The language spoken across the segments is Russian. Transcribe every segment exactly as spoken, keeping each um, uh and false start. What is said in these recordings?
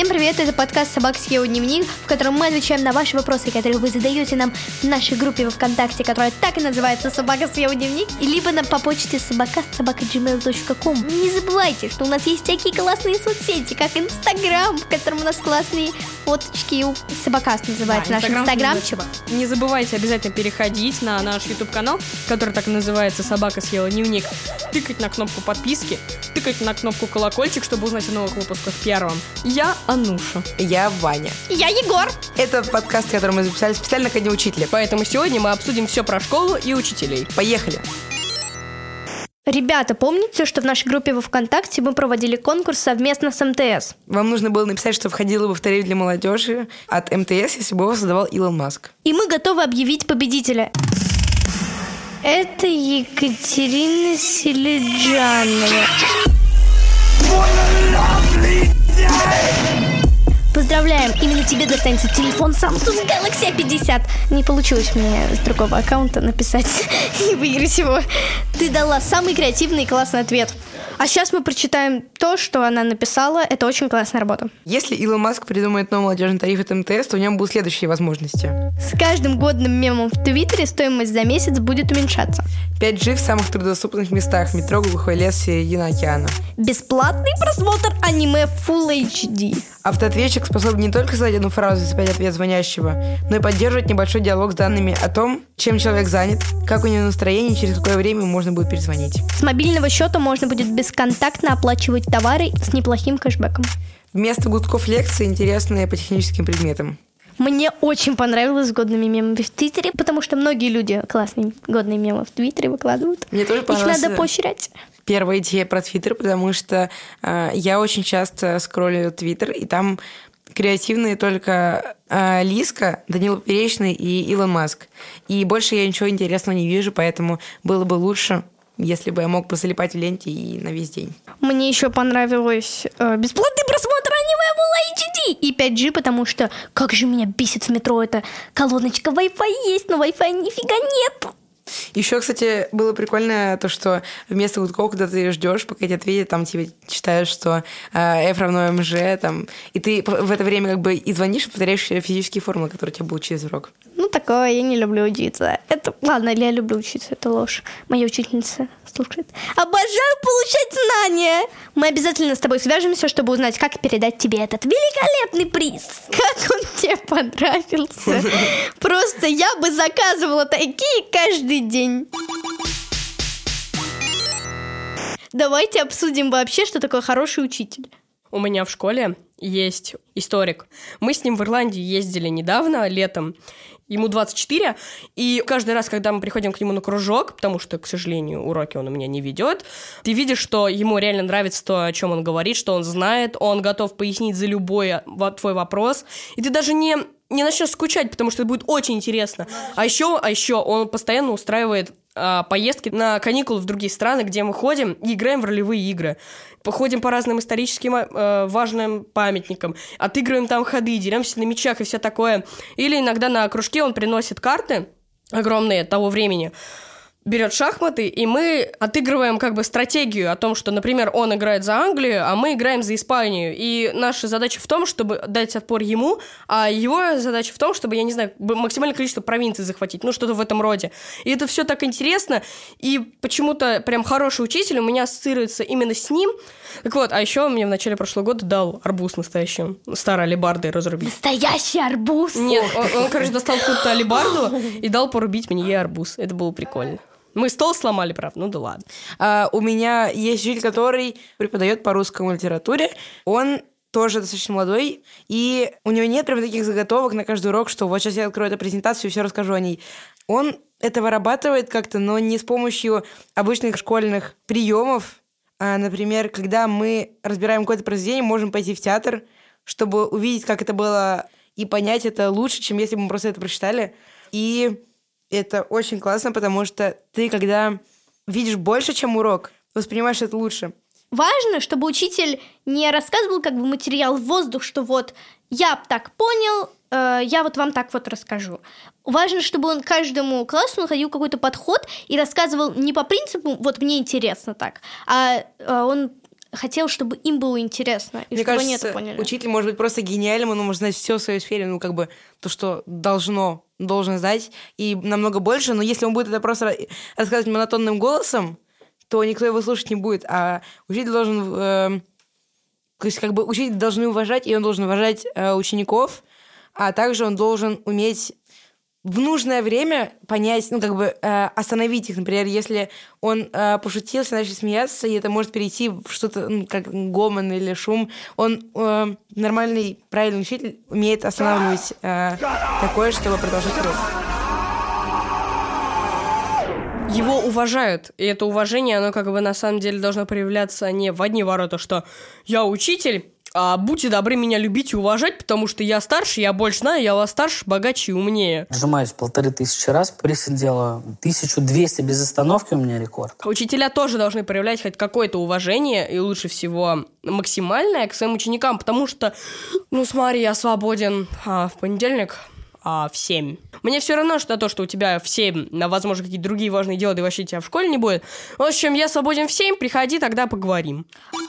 Всем привет, это подкаст «Собака съела дневник», в котором мы отвечаем на ваши вопросы, которые вы задаете нам в нашей группе во ВКонтакте, которая так и называется «Собака съела дневник», и либо нам по почте собакаст собака джимейл точка ком. Не забывайте, что у нас есть всякие классные соцсети, как Инстаграм, в котором у нас классные фоточки, Собакаст называется да, наш Инстаграмчик. Не забывайте обязательно переходить на наш YouTube-канал, который так и называется «Собака съела дневник», тыкать на кнопку подписки, тыкать на кнопку колокольчик, чтобы узнать о новых выпусках первым. Я Ануша. Я Ваня. Я Егор. Это подкаст, который мы записали специально ко Дню Учителя. Поэтому сегодня мы обсудим все про школу и учителей. Поехали. Ребята, помните, что в нашей группе во ВКонтакте мы проводили конкурс совместно с эм тэ эс? Вам нужно было написать, что входило бы в тариф для молодежи от эм тэ эс, если бы его создавал Илон Маск. И мы готовы объявить победителя. Это Екатерина Селиджанова. Поздравляем, именно тебе достанется телефон Samsung Galaxy а пятьдесят. Не получилось мне с другого аккаунта написать и выиграть его. Ты дала самый креативный и классный ответ. А сейчас мы прочитаем то, что она написала. Это очень классная работа. Если Илон Маск придумает новый молодежный тариф от эм тэ эс, то у него будут следующие возможности. С каждым годным мемом в Твиттере стоимость за месяц будет уменьшаться. пять джи в самых труднодоступных местах. Метро, глухой лес, середина океана. Бесплатный просмотр аниме Full эйч ди. Автоответчик способен не только задать одну фразу и запять ответ звонящего, но и поддерживать небольшой диалог с данными о том, чем человек занят, как у него настроение и через какое время можно будет перезвонить. С мобильного счета можно будет бесконтактно оплачивать товары с неплохим кэшбэком. Вместо гудков лекции интересные по техническим предметам. Мне очень понравилось с годными мемами в Твиттере, потому что многие люди классные годные мемы в Твиттере выкладывают. Мне тоже понравилось. Их надо поощрять. Первая идея про Твиттер, потому что э, я очень часто скроллю Твиттер, и там креативные только э, Лизка, Данила Поперечный и Илон Маск. И больше я ничего интересного не вижу, поэтому было бы лучше, если бы я мог позалипать в ленте и на весь день. Мне еще понравилось э, бесплатный просмотр аниме Full эйч ди и пять джи, потому что как же меня бесит в метро эта колоночка. Wi-Fi есть, но Wi-Fi нифига нет. Еще, кстати, было прикольно то, что вместо гудков, когда ты ждешь, пока тебе ответят, там тебе читают, что э, F равно mg, там, и ты в это время как бы и звонишь, и повторяешь физические формулы, которые тебя будут через урок. Ну, такое, я не люблю учиться. Это, ладно, я люблю учиться, это ложь. Моя учительница слушает. Обожаю получать знания! Мы обязательно с тобой свяжемся, чтобы узнать, как передать тебе этот великолепный приз. Как он тебе понравился. Просто я бы заказывала такие каждый день. Давайте обсудим вообще, что такое хороший учитель. У меня в школе есть историк. Мы с ним в Ирландии ездили недавно, летом. Ему двадцать четыре, и каждый раз, когда мы приходим к нему на кружок, потому что, к сожалению, уроки он у меня не ведет, ты видишь, что ему реально нравится то, о чем он говорит, что он знает, он готов пояснить за любой твой вопрос, и ты даже не, не начнешь скучать, потому что это будет очень интересно. А еще, а еще он постоянно устраивает а, поездки на каникулы в другие страны, где мы ходим и играем в ролевые игры. Походим по разным историческим э, важным памятникам, отыгрываем там ходы, деремся на мечах и все такое. Или иногда на кружке он приносит карты огромные того времени, берет шахматы, и мы отыгрываем как бы стратегию о том, что, например, он играет за Англию, а мы играем за Испанию. И наша задача в том, чтобы дать отпор ему, а его задача в том, чтобы, я не знаю, максимальное количество провинций захватить, ну, что-то в этом роде. И это все так интересно, и почему-то прям хороший учитель у меня ассоциируется именно с ним. Так вот, а еще он мне в начале прошлого года дал арбуз настоящий, старой алебардой разрубить. Настоящий арбуз? Нет, он, он короче, достал какую-то алебарду и дал порубить мне ей арбуз. Это было прикольно. Мы стол сломали, правда, ну да ладно. А, у меня есть учитель, который преподает по русскому литературе. Он тоже достаточно молодой, и у него нет прям таких заготовок на каждый урок, что вот сейчас я открою эту презентацию и все расскажу о ней. Он это вырабатывает как-то, но не с помощью обычных школьных приемов. А, например, когда мы разбираем какое-то произведение, можем пойти в театр, чтобы увидеть, как это было, и понять это лучше, чем если бы мы просто это прочитали. И это очень классно, потому что ты, когда видишь больше, чем урок, воспринимаешь это лучше. Важно, чтобы учитель не рассказывал как бы материал в воздух, что вот я так понял, э, я вот вам так вот расскажу. Важно, чтобы он каждому классу находил какой-то подход и рассказывал не по принципу «вот мне интересно так», а э, он хотел, чтобы им было интересно, и Мне чтобы кажется, они это поняли. учитель может быть просто гениальным, он может знать все в своей сфере, ну, как бы, то, что должно, должен знать, и намного больше, но если он будет это просто рассказывать монотонным голосом, то никто его слушать не будет, а учитель должен... Э, то есть, как бы, учитель должны уважать, и он должен уважать э, учеников, а также он должен уметь в нужное время понять, ну, как бы, э, остановить их. Например, если он э, пошутил, все начали смеяться, и это может перейти в что-то, ну, как гомон или шум, он, э, нормальный, правильный учитель, умеет останавливать э, такое, чтобы продолжать урок. Его уважают, и это уважение, оно как бы на самом деле должно проявляться не в одни ворота, что я учитель, а будьте добры меня любить и уважать, потому что я старше, я больше знаю, я вас старше, богаче и умнее. Сжимаюсь полторы тысячи раз, присед делаю тысячу двести без остановки, у меня рекорд. Учителя тоже должны проявлять хоть какое-то уважение, и лучше всего максимальное к своим ученикам, потому что, ну смотри, я свободен а, в понедельник а, в семь. Мне все равно, что то, что у тебя в семь, возможно, какие-то другие важные дела, да и вообще тебя в школе не будет. В общем, я свободен в семь, приходи, тогда поговорим.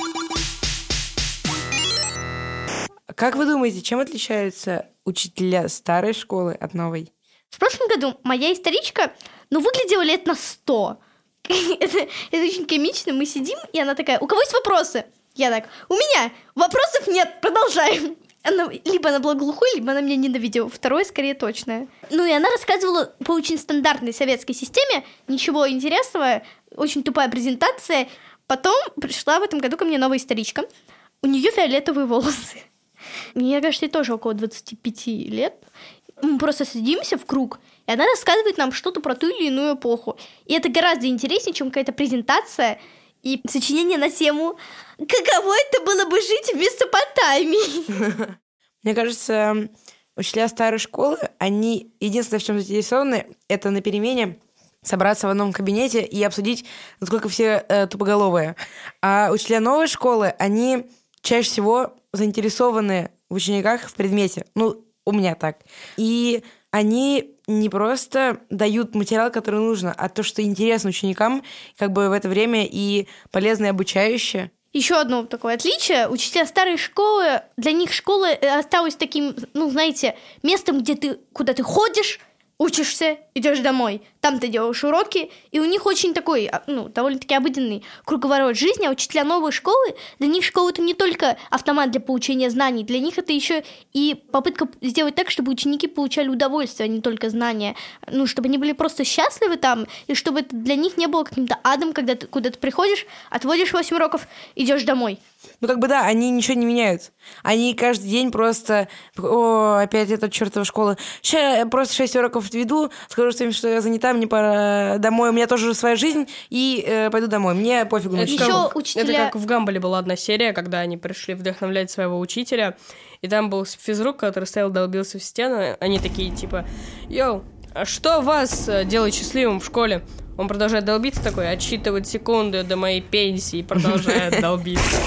Как вы думаете, чем отличаются учителя старой школы от новой? В прошлом году моя историчка, ну, выглядела лет на сто. это, это очень комично. Мы сидим, и она такая: у кого есть вопросы? Я так: у меня вопросов нет, продолжаем. Она, либо она была глухой, либо она меня ненавидела. Второе, скорее, точное. Ну, и она рассказывала по очень стандартной советской системе. Ничего интересного, очень тупая презентация. Потом пришла в этом году ко мне новая историчка. У нее фиолетовые волосы. Мне кажется, ей тоже около двадцати пяти лет. Мы просто садимся в круг, и она рассказывает нам что-то про ту или иную эпоху. И это гораздо интереснее, чем какая-то презентация и сочинение на тему «Каково это было бы жить в Месопотамии?» Мне кажется, учителя старой школы, они единственное, в чем заинтересованы, это на перемене собраться в одном кабинете и обсудить, насколько все э, тупоголовые. А учителя новой школы, они чаще всего заинтересованы в учениках в предмете. Ну, у меня так. И они не просто дают материал, который нужно, а то, что интересно ученикам, как бы в это время и полезно и обучающе. Еще одно такое отличие. Учителя старой школы, для них школа осталась таким, ну, знаете, местом, где ты, куда ты ходишь, учишься, идешь домой. Там ты делаешь уроки, и у них очень такой, ну, довольно-таки обыденный круговорот жизни. А учителя новой школы, для них школа — это не только автомат для получения знаний, для них это еще и попытка сделать так, чтобы ученики получали удовольствие, а не только знания. Ну, чтобы они были просто счастливы там, и чтобы это для них не было каким-то адом, когда ты куда-то приходишь, отводишь восемь уроков, идешь домой. Ну, как бы да, они ничего не меняют. Они каждый день просто: о, опять эта чертова школа. Сейчас я просто шесть уроков веду, скажу, что, им, что я занята, мне пора домой, у меня тоже своя жизнь, и э, пойду домой. Мне пофигу. Это, Еще как, учителя... это как в Гамболе была одна серия, когда они пришли вдохновлять своего учителя, и там был физрук, который стоял, долбился в стену. Они такие, типа: йоу, а что вас делает счастливым в школе? Он продолжает долбиться такой, отсчитывает секунды до моей пенсии и продолжает долбиться.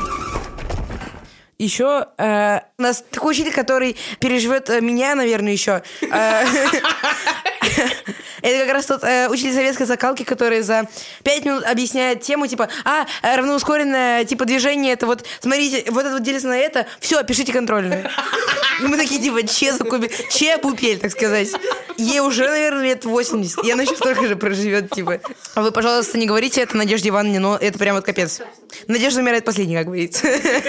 Еще э, у нас такой учитель, который переживет э, меня, наверное, еще. Э, это как раз тот э, учитель советской закалки, который за пять минут объясняет тему, типа: а, равноускоренное типа движение, это вот, смотрите, вот это вот делится на это, все, пишите контрольную. И мы такие, типа, че за кубель, че пупель, так сказать. Ей уже, наверное, лет восемьдесят, и она еще столько же проживет, типа. А вы, пожалуйста, не говорите это Надежде Ивановне, но это прям вот капец. Надежда умирает последней, как говорится.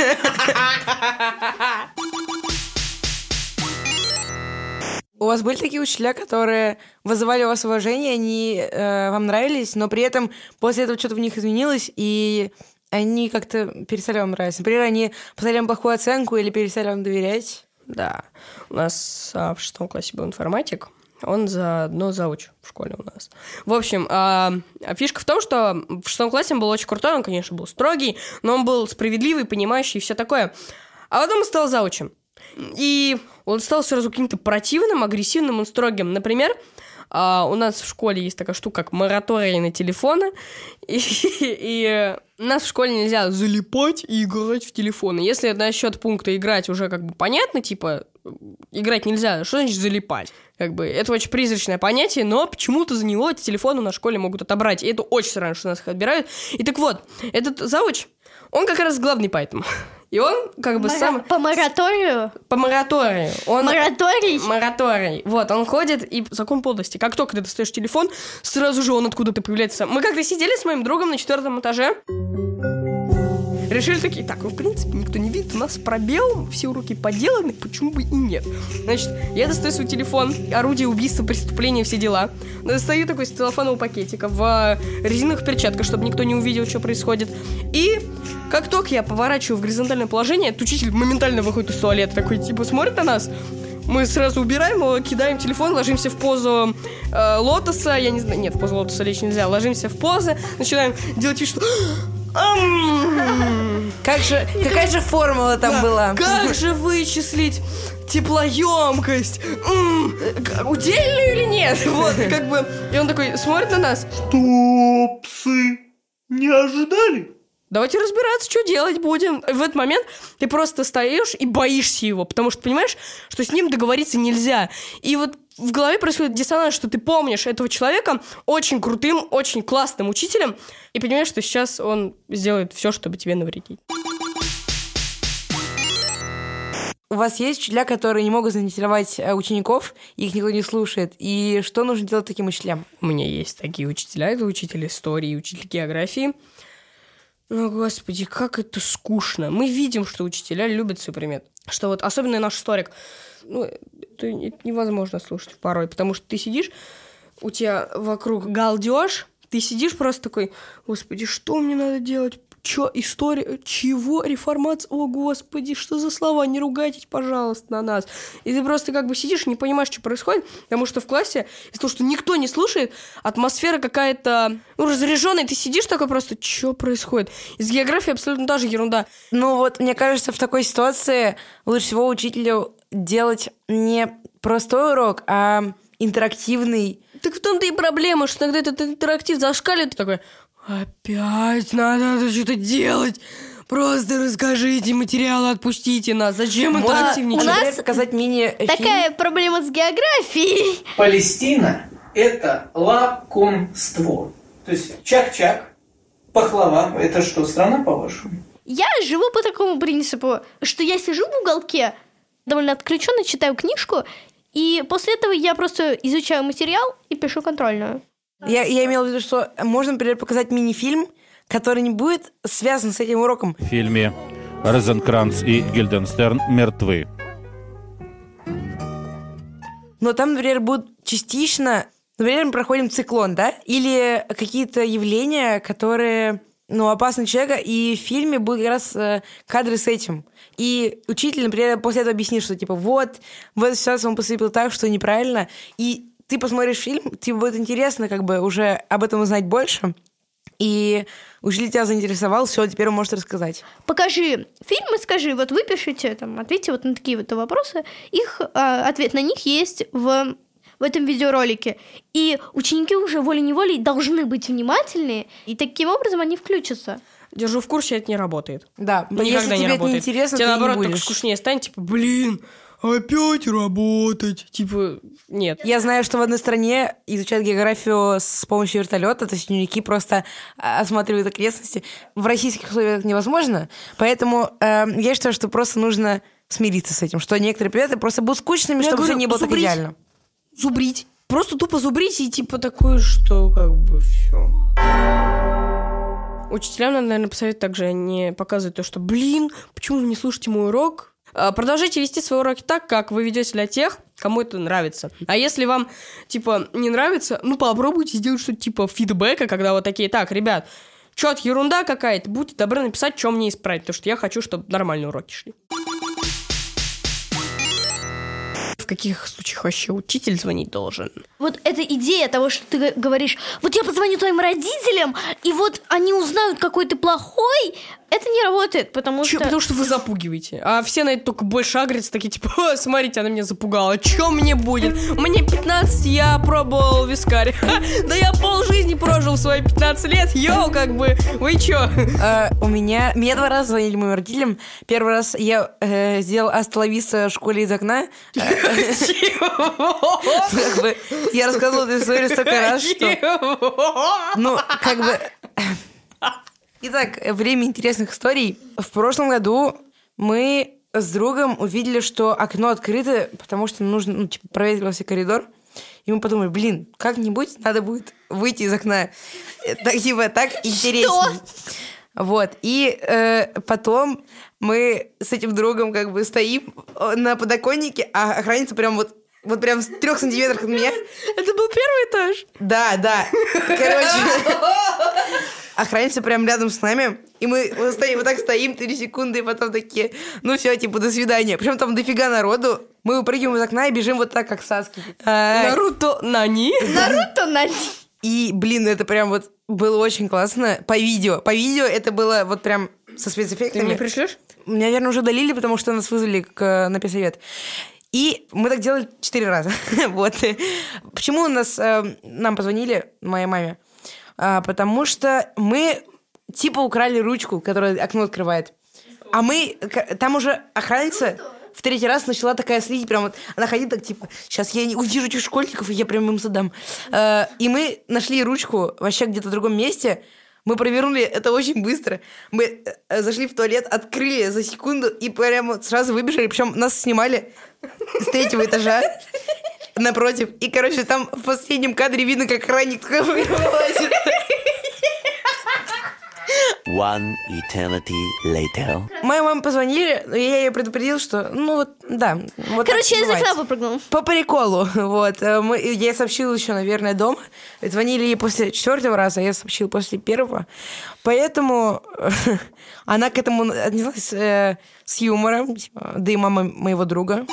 У вас были такие учителя, которые вызывали у вас уважение, они э, вам нравились, но при этом после этого что-то в них изменилось, и они как-то перестали вам нравиться? Например, они поставили вам плохую оценку или перестали вам доверять? Да, у нас а, в шестом классе был информатик, он заодно зауч в школе у нас. В общем, а, а фишка в том, что в шестом классе он был очень крутой, он, конечно, был строгий, но он был справедливый, понимающий и все такое. А потом он стал заучем. И он стал сразу каким-то противным, агрессивным и строгим. Например, А у нас в школе есть такая штука, как мораторий на телефоны, и, и у нас в школе нельзя залипать и играть в телефоны. Если насчет пункта играть уже как бы понятно, типа, играть нельзя, что значит залипать? Как бы, это очень призрачное понятие, но почему-то за него эти телефоны на школе могут отобрать, и это очень странно, что нас их отбирают. И так вот, этот завуч, он как раз главный поэтому. И он как бы Мора... сам... По мораторию? По мораторию. Он... Мораторий? Мораторий. Вот, он ходит, и закон подлости. Как только ты достаешь телефон, сразу же он откуда-то появляется. Мы как-то сидели с моим другом на четвертом этаже, решили такие, так, ну, в принципе, никто не видит, у нас пробел, все уроки поделаны, почему бы и нет. Значит, я достаю свой телефон, орудие убийства, преступления, все дела. Достаю такой из целлофанового пакетика в резиновых перчатках, чтобы никто не увидел, что происходит. И как только я поворачиваю в горизонтальное положение, этот учитель моментально выходит из туалета, такой, типа, смотрит на нас. Мы сразу убираем его, кидаем телефон, ложимся в позу э, лотоса. Я не знаю, нет, в позу лотоса лечь нельзя. Ложимся в позы, начинаем делать вид, что... Как же, какая же формула там да, была? Как же вычислить теплоемкость? М-м, удельную или нет? Вот, как бы... И он такой смотрит на нас. Что, псы, не ожидали? Давайте разбираться, что делать будем. В этот момент ты просто стоишь и боишься его, потому что понимаешь, что с ним договориться нельзя. И вот в голове происходит диссонанс, что ты помнишь этого человека очень крутым, очень классным учителем, и понимаешь, что сейчас он сделает все, чтобы тебе навредить. У вас есть учителя, которые не могут заинтересовать учеников, их никто не слушает. И что нужно делать таким учителям? У меня есть такие учителя. Это учитель истории, учитель географии. Ну, господи, как это скучно. Мы видим, что учителя любят свой предмет. Что вот, особенно наш историк, ну, это, это невозможно слушать порой, потому что ты сидишь, у тебя вокруг галдеж, ты сидишь просто такой, господи, что мне надо делать? Чё, история? Чего? Реформация? О, господи, что за слова? Не ругайтесь, пожалуйста, на нас. И ты просто как бы сидишь и не понимаешь, что происходит, потому что в классе, из-за того, что никто не слушает, атмосфера какая-то, ну, разряженная, ты сидишь такой просто, что происходит? Из географии абсолютно та же ерунда. Ну вот, мне кажется, в такой ситуации лучше всего учителю делать не простой урок, а интерактивный. Так в том-то и проблема, что иногда этот интерактив зашкаливает, ты такой... Опять надо что-то делать. Просто расскажите материалы, отпустите нас. Зачем интерактивничать? У нас показать мини-фильм. Такая проблема с географией. Палестина – это лакомство. То есть чак-чак, пахлава – это что, страна, по-вашему? Я живу по такому принципу, что я сижу в уголке, довольно отключенно читаю книжку, и после этого я просто изучаю материал и пишу контрольную. Я, я имела в виду, что можно, например, показать мини-фильм, который не будет связан с этим уроком. В фильме «Розенкранц и Гильденстерн мертвы». Но там, например, будут частично... Например, мы проходим циклон, да? Или какие-то явления, которые, ну, опасны человека, и в фильме будут как раз э, кадры с этим. И учитель, например, после этого объяснит, что, типа, вот, в этой ситуации он поступил так, что неправильно, и ты посмотришь фильм, тебе будет интересно как бы уже об этом узнать больше, и учитель тебя заинтересовал, все, теперь он может рассказать. Покажи фильм и скажи, вот вы пишите, там, ответьте вот на такие вот вопросы, их, э, ответ на них есть в, в этом видеоролике, и ученики уже волей-неволей должны быть внимательны, и таким образом они включатся. Держу в курсе, это не работает. Да, Никогда если не тебе работает. это неинтересно, тебе, ты наоборот, не только будешь. скучнее станет, типа, блин, опять работать. Типа, нет. Я знаю, что в одной стране изучают географию с помощью вертолета, то есть ученики просто осматривают окрестности. В российских условиях это невозможно, поэтому э, я считаю, что просто нужно смириться с этим, что некоторые предметы просто будут скучными, Я чтобы говорю, все не было так зубрить. идеально. Зубрить. Просто тупо зубрить и типа такое, что как бы все. Учителям надо, наверное, посоветовать также не показывать то, что, блин, почему вы не слушаете мой урок? Продолжайте вести свои уроки так, как вы ведете для тех, кому это нравится. А если вам, типа, не нравится, ну, попробуйте сделать что-то типа фидбэка, когда вот такие, так, ребят, что-то ерунда какая-то, будьте добры написать, что мне исправить, потому что я хочу, чтобы нормальные уроки шли. В каких случаях вообще учитель звонить должен? Вот эта идея того, что ты г- говоришь, вот я позвоню твоим родителям, и вот они узнают, какой ты плохой, это не работает, потому Чё? что... Потому что вы запугиваете. А все на это только больше агрятся, такие типа, «О, смотрите, она меня запугала. Чё мне будет? Мне пятнадцать, я пробовал вискарь. Да я полжизни прожил в свои пятнадцать лет. Йоу, как бы, вы чё?» А, у меня... Меня два раза звонили моим родителям. Первый раз я э, сделал астоловиса в школе из окна. Как бы я рассказывала эту историю столько раз, что... Ну, как бы... Итак, время интересных историй. В прошлом году мы с другом увидели, что окно открыто, потому что нужно, ну, типа, проветривался коридор. И мы подумали, блин, как-нибудь надо будет выйти из окна. Так, типа, так интереснее. Вот. И э, потом мы с этим другом как бы стоим на подоконнике, а охранница прям вот Вот прям в трех сантиметрах от меня. Это был первый этаж? Да, да. Короче, охранница прям рядом с нами. И мы вот, стоим, вот так стоим три секунды, и потом такие, ну все, типа, до свидания. Причем там дофига народу. Мы выпрыгиваем из окна и бежим вот так, как Саски. Наруто Нани. Наруто Нани. И, блин, это прям вот было очень классно. По видео. По видео это было вот прям со спецэффектами. Ты мне пришлешь? Меня, наверное, уже удалили, потому что нас вызвали к, на педсовет. И мы так делали четыре раза. Вот. Почему нас, э, нам позвонили, моей маме? А, потому что мы типа украли ручку, которая окно открывает. А мы... Там уже охранница в третий раз начала такая следить, прям вот... Она ходит так, типа, сейчас я не увижу этих школьников, и я прям им задам. А, и мы нашли ручку вообще где-то в другом месте. Мы провернули это очень быстро. Мы зашли в туалет, открыли за секунду и прямо сразу выбежали. Причем нас снимали с третьего этажа напротив. И, короче, там в последнем кадре видно, как охранник вылазит. One eternity later. Моей маме позвонили, и я ее предупредил, что, ну вот, да. Вот Короче, я из окна выпрыгнул. По приколу, вот. Мы, я сообщил еще, наверное, дома. Звонили ей после четвертого раза, а я сообщил после первого. Поэтому она к этому отнеслась э, с юмором, да и мама моего друга.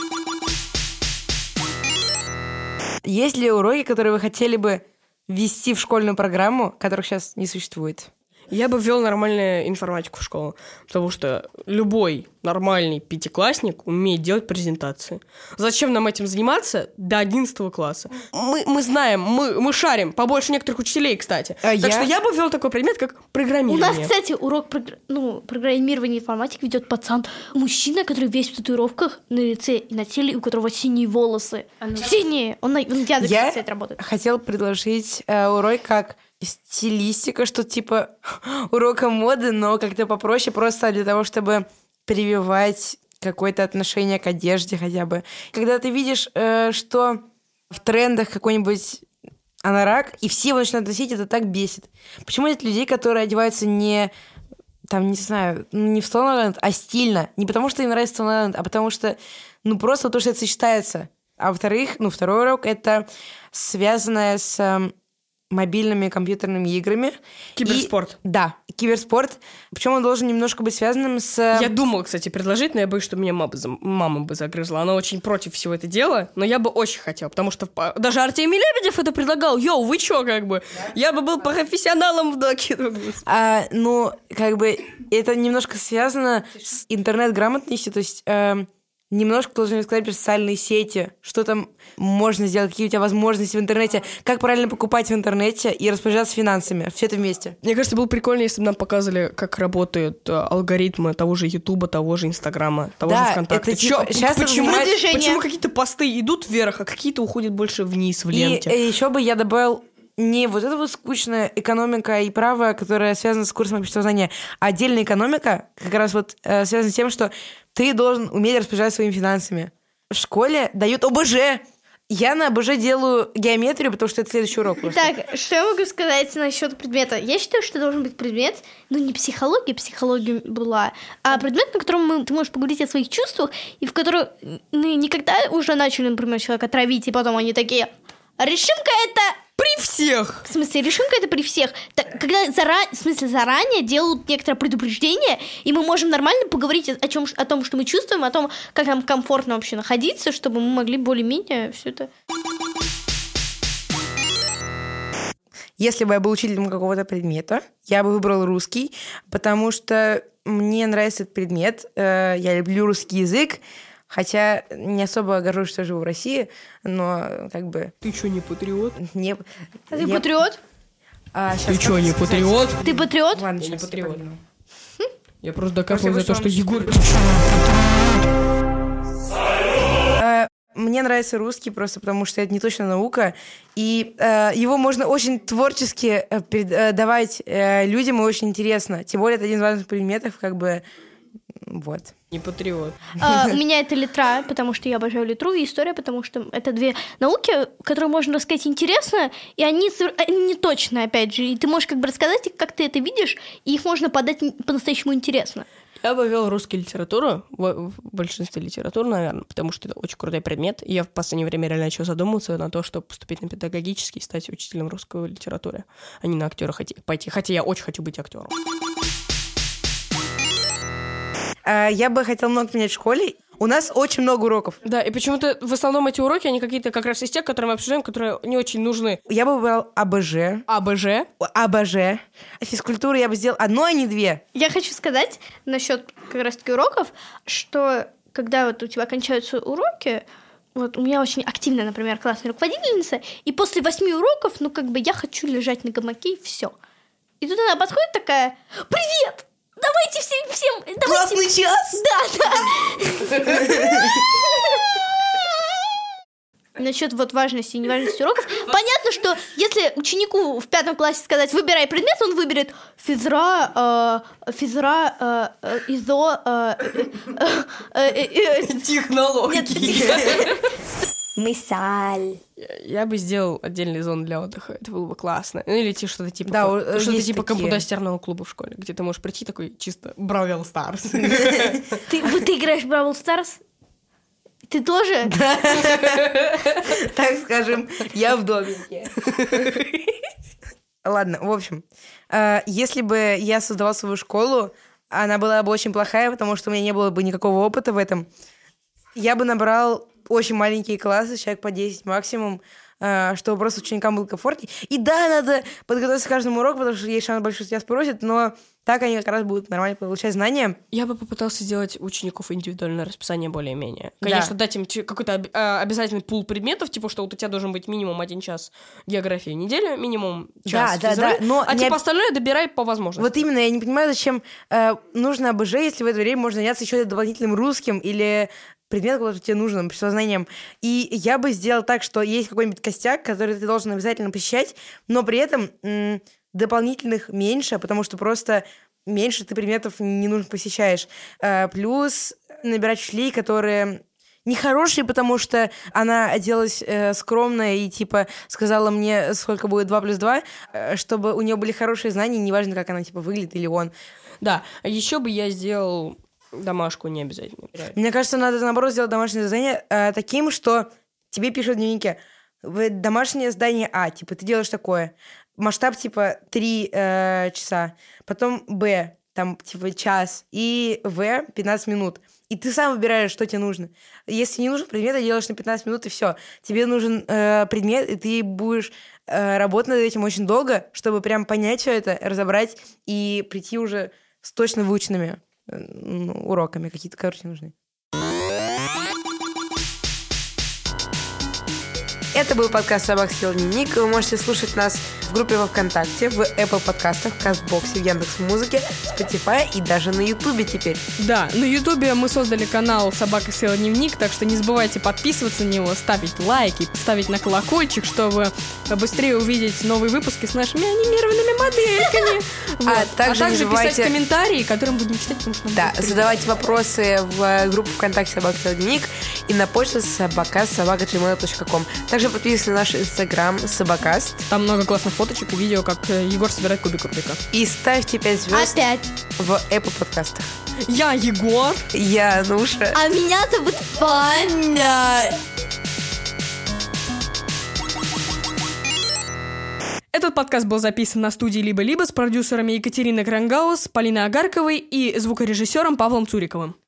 Есть ли уроки, которые вы хотели бы ввести в школьную программу, которых сейчас не существует? Я бы ввел нормальную информатику в школу, потому что любой нормальный пятиклассник умеет делать презентации. Зачем нам этим заниматься до одиннадцатого класса? Мы, мы знаем, мы, мы шарим, побольше некоторых учителей, кстати. А так я... что я бы ввел такой предмет, как программирование. У нас, кстати, урок прогр... ну, программирования информатики ведет пацан. Мужчина, который весь в татуировках на лице и на теле, у которого синие волосы. Она... Синие! Он на Яндексе, я кстати, работает. Я хотела предложить э, урок как... стилистика, что типа урока моды, но как-то попроще, просто для того, чтобы прививать какое-то отношение к одежде хотя бы. Когда ты видишь, э, что в трендах какой-нибудь анорак, и все его начинают носить, это так бесит. Почему нет людей, которые одеваются не, там, не знаю, не в Stone Island, а стильно? Не потому, что им нравится Stone Island, а потому что, ну, просто то, что это сочетается. А во-вторых, ну, второй урок — это связанное с... мобильными компьютерными играми. Киберспорт. И, да, киберспорт. Причем он должен немножко быть связанным с... Я думала, кстати, предложить, но я боюсь, что меня мама, мама бы загрызла. Она очень против всего этого дела, но я бы очень хотела, потому что даже Артемий Лебедев это предлагал. Йоу, вы чё, как бы? Да? Я бы был профессионалом в доке. А, ну, как бы, это немножко связано с интернет-грамотностью, то есть... Э, немножко должны сказать про социальные сети, что там можно сделать, какие у тебя возможности в интернете, как правильно покупать в интернете и распоряжаться финансами. Все это вместе. Мне кажется, было прикольно, если бы нам показывали, как работают алгоритмы того же Ютуба, того же Инстаграма, того да, же ВКонтакте. Это, типа, Чё, почему, почему какие-то посты идут вверх, а какие-то уходят больше вниз в ленте? И еще бы я добавил не вот эта вот скучная экономика и право, которая связана с курсом обществознания, а отдельная экономика как раз вот э, связана с тем, что ты должен уметь распоряжаться своими финансами. В школе дают ОБЖ. Я на ОБЖ делаю геометрию, потому что это следующий урок. Так, что я могу сказать насчет предмета? Я считаю, что должен быть предмет, ну, не психология, психология была, а предмет, на котором мы, ты можешь поговорить о своих чувствах, и в котором ну, никогда уже начали, например, человека травить, и потом они такие, решим-ка это При всех! В смысле, рисунка это при всех. Так, когда зара... в смысле, заранее делают некоторое предупреждение, и мы можем нормально поговорить о, чем, о том, что мы чувствуем, о том, как нам комфортно вообще находиться, чтобы мы могли более-менее все это... Если бы я был учителем какого-то предмета, я бы выбрал русский, потому что мне нравится этот предмет, я люблю русский язык, хотя не особо горжусь, что живу в России, но как бы... Ты что, не патриот? Не... А ты я... патриот? А, ты что, не патриот? Ты патриот? Ладно, Я не сейчас патриот. я Я просто докапываю за то, что вам Егор... Мне нравится русский просто потому, что это не точно наука, и э, его можно очень творчески э, передавать э, людям, и очень интересно. Тем более, это один из важных предметов, как бы, вот. Не патриот. А, у меня это литра, потому что я обожаю литру, и история, потому что это две науки, которые можно рассказать интересно, и они, они не точно, опять же, и ты можешь как бы рассказать, как ты это видишь, и их можно подать по-настоящему интересно. Я бы вел русскую литературу, в, в большинстве литератур, наверное, потому что это очень крутой предмет. И я в последнее время реально начал задумываться на то, чтобы поступить на педагогический и стать учителем русской литературы, а не на актера пойти. Хотя я очень хочу быть актером. Я бы хотела много менять в школе. У нас очень много уроков. Да, и почему-то в основном эти уроки, они какие-то как раз из тех, которые мы обсуждаем, которые не очень нужны. Я бы выбрал АБЖ. АБЖ? АБЖ. Физкультуру я бы сделал одну, а не две. Я хочу сказать насчет как раз-таки уроков, что когда вот у тебя кончаются уроки, вот у меня очень активная, например, классная руководительница, и после восьми уроков, ну как бы я хочу лежать на гамаке, и все. И тут она подходит такая: «Привет! Давайте всем, всем, давайте». Классный час! Да, да. Насчет вот важности и неважности уроков. Понятно, что если ученику в пятом классе сказать: «Выбирай предмет», он выберет физра, э, физра, э, э, изо... Э, э, э, э, Технологии. Мысаль. Я бы сделал отдельный зон для отдыха, это было бы классно. Ну или что-то типа, да, как, что-то типа такие. компьютерного клуба в школе, где ты можешь прийти такой чисто Бравл Старс. Ты, вот ты играешь в Бравл Старс? Ты тоже? Так скажем, я в домике. Ладно, в общем, если бы я создавала свою школу, она была бы очень плохая, потому что у меня не было бы никакого опыта в этом. Я бы набрал очень маленькие классы, человек по десять максимум, чтобы просто ученикам было комфортнее. И да, надо подготовиться к каждому уроку, потому что есть шанс большой, что тебя спросят, но так они как раз будут нормально получать знания. Я бы попытался сделать у учеников индивидуальное расписание более-менее. Конечно, да. Дать им какой-то об- обязательный пул предметов, типа, что вот у тебя должен быть минимум один час географии в неделю, минимум час да, физры, да, да, но а не типа об... остальное добирай по возможности. Вот именно, я не понимаю, зачем э, нужно АБЖ, если в это время можно заняться еще дополнительным русским или предмет, который тебе нужен, присознанием. И я бы сделал так, что есть какой-нибудь костяк, который ты должен обязательно посещать, но при этом м- дополнительных меньше, потому что просто меньше ты предметов не нужно посещаешь. Э, плюс набирать учителей, которые нехорошие, потому что она оделась э, скромно и типа сказала мне, сколько будет два плюс два, э, чтобы у нее были хорошие знания, неважно, как она типа выглядит или он. Да, еще бы я сделал домашку не обязательно. Мне кажется, надо, наоборот, сделать домашнее задание э, таким, что тебе пишут в дневнике: домашнее задание А, типа, ты делаешь такое. Масштаб, типа, три э, часа. Потом Б, там, типа, час. И В, пятнадцать минут. И ты сам выбираешь, что тебе нужно. Если не нужен предмет, ты делаешь на пятнадцать минут, и все. Тебе нужен э, предмет, и ты будешь э, работать над этим очень долго, чтобы прям понять все это, разобрать и прийти уже с точно выученными ну, уроками, какие-то, короче, нужны. Это был подкаст «Собака съела дневник». Вы можете слушать нас в группе во ВКонтакте, в Apple подкастах, в Кастбоксе, в Яндекс.Музыке, Spotify и даже на Ютубе теперь. Да, на Ютубе мы создали канал «Собака съела дневник», так что не забывайте подписываться на него, ставить лайки, ставить на колокольчик, чтобы быстрее увидеть новые выпуски с нашими анимированными модельками. Вот. А также, а также забывайте... писать комментарии, которые мы будем читать, потому что нам Да, будет задавайте вопросы в группу ВКонтакте «Собака съела дневник» и на почту собака собака джимейл точка ком. Также подписывайтесь на наш инстаграм Собакаст. Там много классных фоточек и видео, как Егор собирает кубик Рубика. И ставьте пять звезд Опять. в Apple подкастах. Я Егор. Я Нуша. А меня зовут Панда. Этот подкаст был записан на студии «Либо-либо» с продюсерами Екатериной Крангаус, Полиной Агарковой и звукорежиссером Павлом Цуриковым.